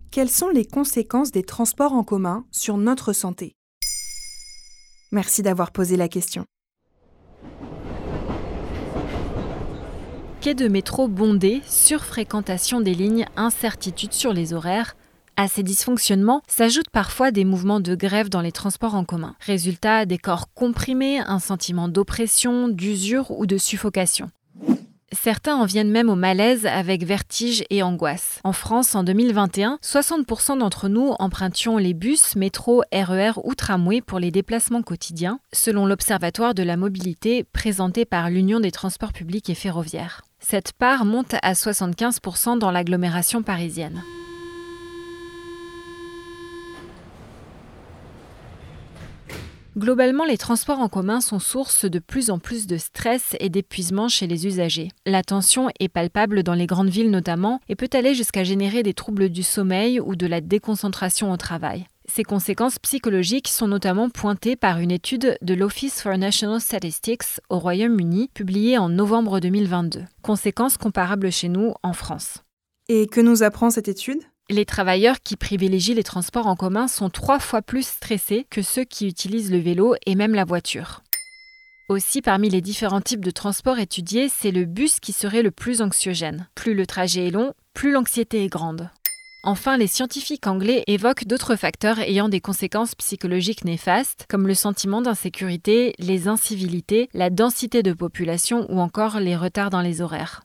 Quelles sont les conséquences des transports en commun sur notre santé ? Merci d'avoir posé la question. Quais de métro bondés, surfréquentation des lignes, incertitude sur les horaires. À ces dysfonctionnements s'ajoutent parfois des mouvements de grève dans les transports en commun. Résultat, des corps comprimés, un sentiment d'oppression, d'usure ou de suffocation. Certains en viennent même au malaise avec vertige et angoisse. En France, en 2021, 60% d'entre nous empruntions les bus, métros, RER ou tramways pour les déplacements quotidiens, selon l'Observatoire de la mobilité présenté par l'Union des transports publics et ferroviaires. Cette part monte à 75% dans l'agglomération parisienne. Globalement, les transports en commun sont source de plus en plus de stress et d'épuisement chez les usagers. La tension est palpable dans les grandes villes notamment et peut aller jusqu'à générer des troubles du sommeil ou de la déconcentration au travail. Ces conséquences psychologiques sont notamment pointées par une étude de l'Office for National Statistics au Royaume-Uni, publiée en novembre 2022. Conséquences comparables chez nous en France. Et que nous apprend cette étude ? Les travailleurs qui privilégient les transports en commun sont 3 fois plus stressés que ceux qui utilisent le vélo et même la voiture. Aussi, parmi les différents types de transports étudiés, c'est le bus qui serait le plus anxiogène. Plus le trajet est long, plus l'anxiété est grande. Enfin, les scientifiques anglais évoquent d'autres facteurs ayant des conséquences psychologiques néfastes, comme le sentiment d'insécurité, les incivilités, la densité de population ou encore les retards dans les horaires.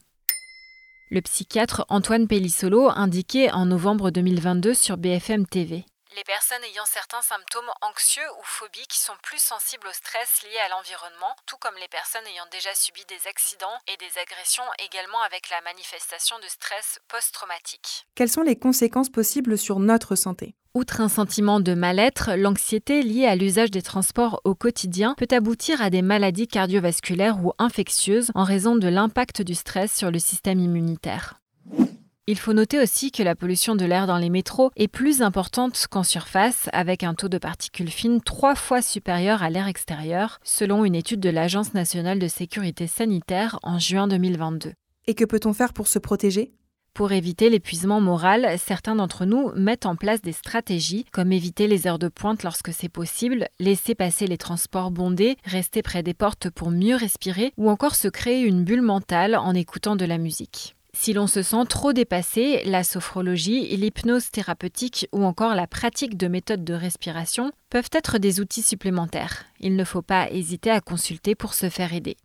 Le psychiatre Antoine Pellissolo indiquait en novembre 2022 sur BFM TV. Les personnes ayant certains symptômes anxieux ou phobiques sont plus sensibles au stress lié à l'environnement, tout comme les personnes ayant déjà subi des accidents et des agressions, également avec la manifestation de stress post-traumatique. Quelles sont les conséquences possibles sur notre santé ? Outre un sentiment de mal-être, l'anxiété liée à l'usage des transports au quotidien peut aboutir à des maladies cardiovasculaires ou infectieuses en raison de l'impact du stress sur le système immunitaire. Il faut noter aussi que la pollution de l'air dans les métros est plus importante qu'en surface, avec un taux de particules fines 3 fois supérieur à l'air extérieur, selon une étude de l'Agence nationale de sécurité sanitaire en juin 2022. Et que peut-on faire pour se protéger ? Pour éviter l'épuisement moral, certains d'entre nous mettent en place des stratégies, comme éviter les heures de pointe lorsque c'est possible, laisser passer les transports bondés, rester près des portes pour mieux respirer, ou encore se créer une bulle mentale en écoutant de la musique. Si l'on se sent trop dépassé, la sophrologie, l'hypnose thérapeutique ou encore la pratique de méthodes de respiration peuvent être des outils supplémentaires. Il ne faut pas hésiter à consulter pour se faire aider.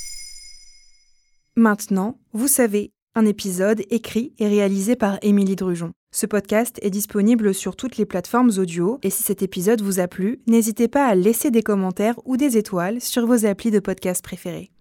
Maintenant, vous savez, un épisode écrit et réalisé par Émilie Drujon. Ce podcast est disponible sur toutes les plateformes audio et si cet épisode vous a plu, n'hésitez pas à laisser des commentaires ou des étoiles sur vos applis de podcast préférés.